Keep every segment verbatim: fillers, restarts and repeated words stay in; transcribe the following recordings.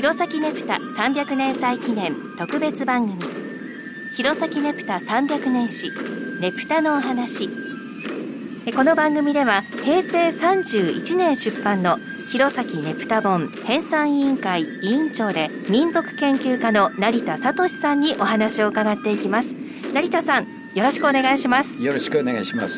弘前ねぷたさんびゃくねん祭記念特別番組、弘前ねぷたさんびゃくねん史ねぷたのお話。この番組ではへいせいさんじゅういちねん出版の弘前ねぷた本編纂委員会委員長で民族研究家の成田聡さんにお話を伺っていきます。成田さん、よろしくお願いします。 よろしくお願いします。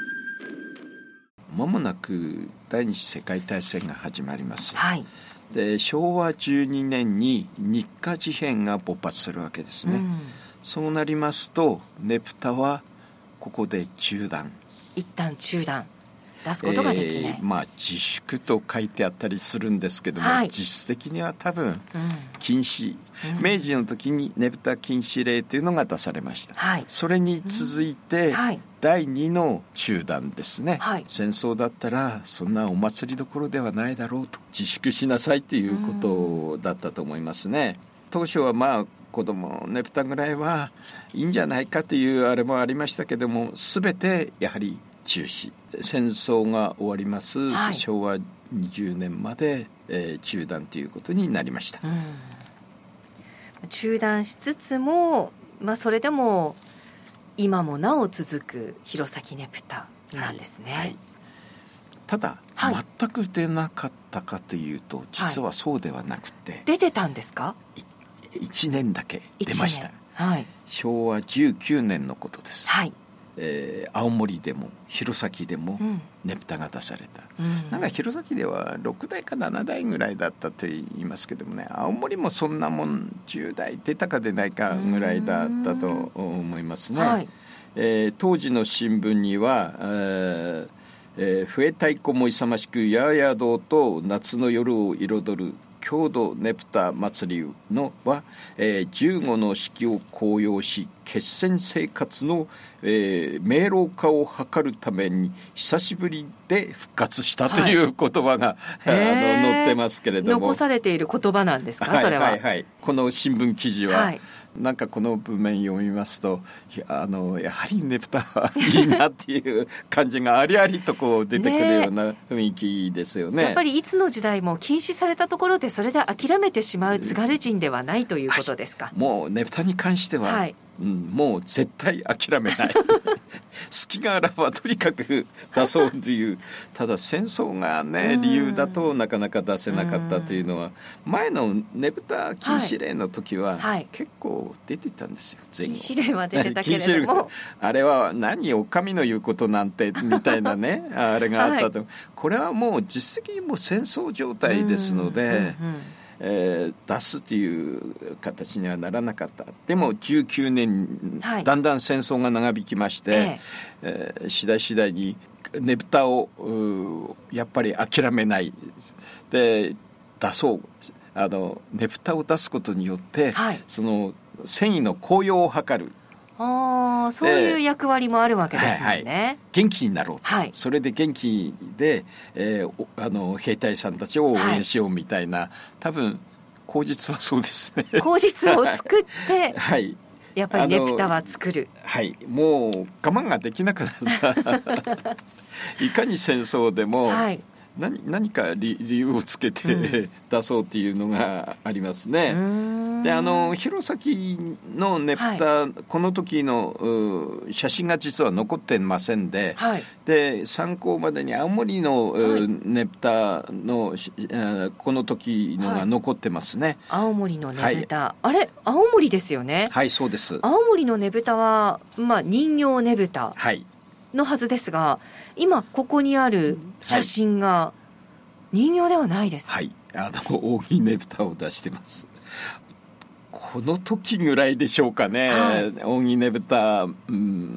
まもなく第二次世界大戦が始まります、 はい、 でしょうわじゅうにねんに日華事変が勃発するわけですね、うん、そうなりますとねぷたはここで中断、 一旦中断出すことができない、 えーまあ、自粛と書いてあったりするんですけども、はい、実質的には多分禁止、うん、明治の時にねぷた禁止令というのが出されました、はい、それに続いて、うんはい、だいにの中断ですね、はい、戦争だったらそんなお祭りどころではないだろうと自粛しなさいということだったと思いますね、うん、当初はまあ子供ねぷたぐらいはいいんじゃないかというあれもありましたけども、全てやはり中止、戦争が終わります、はい、しょうわにじゅうねんまで、えー、中断ということになりました、うん、 中断しつつも、まあ、それでも今もなお続く弘前ねぷたなんですね、はいはい、 ただ、はい、全く出なかったかというと実はそうではなくて、はい、 出てたんですか？ いちねんだけ出ました、 はい、 しょうわじゅうきゅうねんのことです、 はい、 えー、青森でも弘前でもねぷたが出された、うん、なんか弘前ではろくだいかななだいぐらいだったと言いますけどもね、青森もそんなもんじゅうだい出たか出ないかぐらいだったと思いますね、はい、えー、当時の新聞には、えーえー、笛太鼓も勇ましくやーやー堂と夏の夜を彩る郷土ねぷた祭りのは、えー、じゅうごの式を高揚し決戦生活の、えー、明朗化を図るために久しぶりで復活したという言葉が、はい、あの載ってますけれども、 残されている言葉なんですか、それは。 はいはいはい、この新聞記事は、はい、なんかこの文面読みますと、あのやはりねぷたはいいなっていう感じがありありとこう出てくるような雰囲気ですよね。 やっぱりいつの時代も禁止されたところでそれで諦めてしまう津軽人ではないということですか？ はい、もうねぷたに関しては、はいうん、もう絶対諦めない好きがあらばとにかく出そうというただ戦争がね理由だとなかなか出せなかったというのは、前のねぷた禁止令の時は結構出てたんですよ、前後。 禁止令は出てたけれどもあれは何お上の言うことなんてみたいなねあれがあったと、はい、これはもう実績にも戦争状態ですので、うんうんうんえー、出すという形にはならなかった。でもじゅうきゅうねん、はい、だんだん戦争が長引きまして、ええー、次第次第にねぷたをやっぱり諦めないで出そうあのねぷたを出すことによって、はい、その戦意の高揚を図る、 あそういう役割もあるわけですよね、はいはい、 元気になろうと、はい、それで元気で、えー、あの兵隊さんたちを応援しようみたいな、はい、多分口実はそうですね口実を作って、はい、やっぱりねぷたは作る、 はい、もう我慢ができなくなったいかに戦争でも、はい何, 何か 理, 理由をつけて、うん、出そうっていうのがありますね。であの弘前のねぷた、はい、この時の写真が実は残ってませんで、はい、で参考までに青森の、はい、ねぷたのこの時のが残ってますね、 はい、青森のねぷた、はい、あれ青森ですよね。 はいそうです。 青森のねぷたは、まあ、人形ねぶた、はいのはずですが、今ここにある写真が人形ではないです。 はい、あの扇ねぷたを出してます。この時ぐらいでしょうかね、はい、扇ねぶた、うん、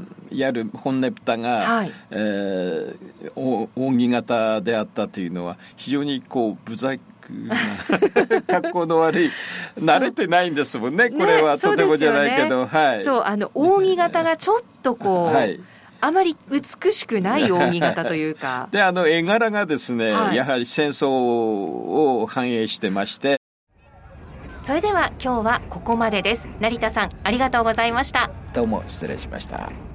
いわゆる本ねぷたが、はいえー、扇形であったというのは非常にこう不細な格好の悪い慣れてないんですもんねこれは、ね、とてもじゃないけど、ねはい、 そうあの扇形がちょっとこう、はいあまり美しくない扇形というかであの絵柄がですね、はい、やはり戦争を反映してまして。 それでは今日はここまでです。成田さんありがとうございました。 どうも失礼しました。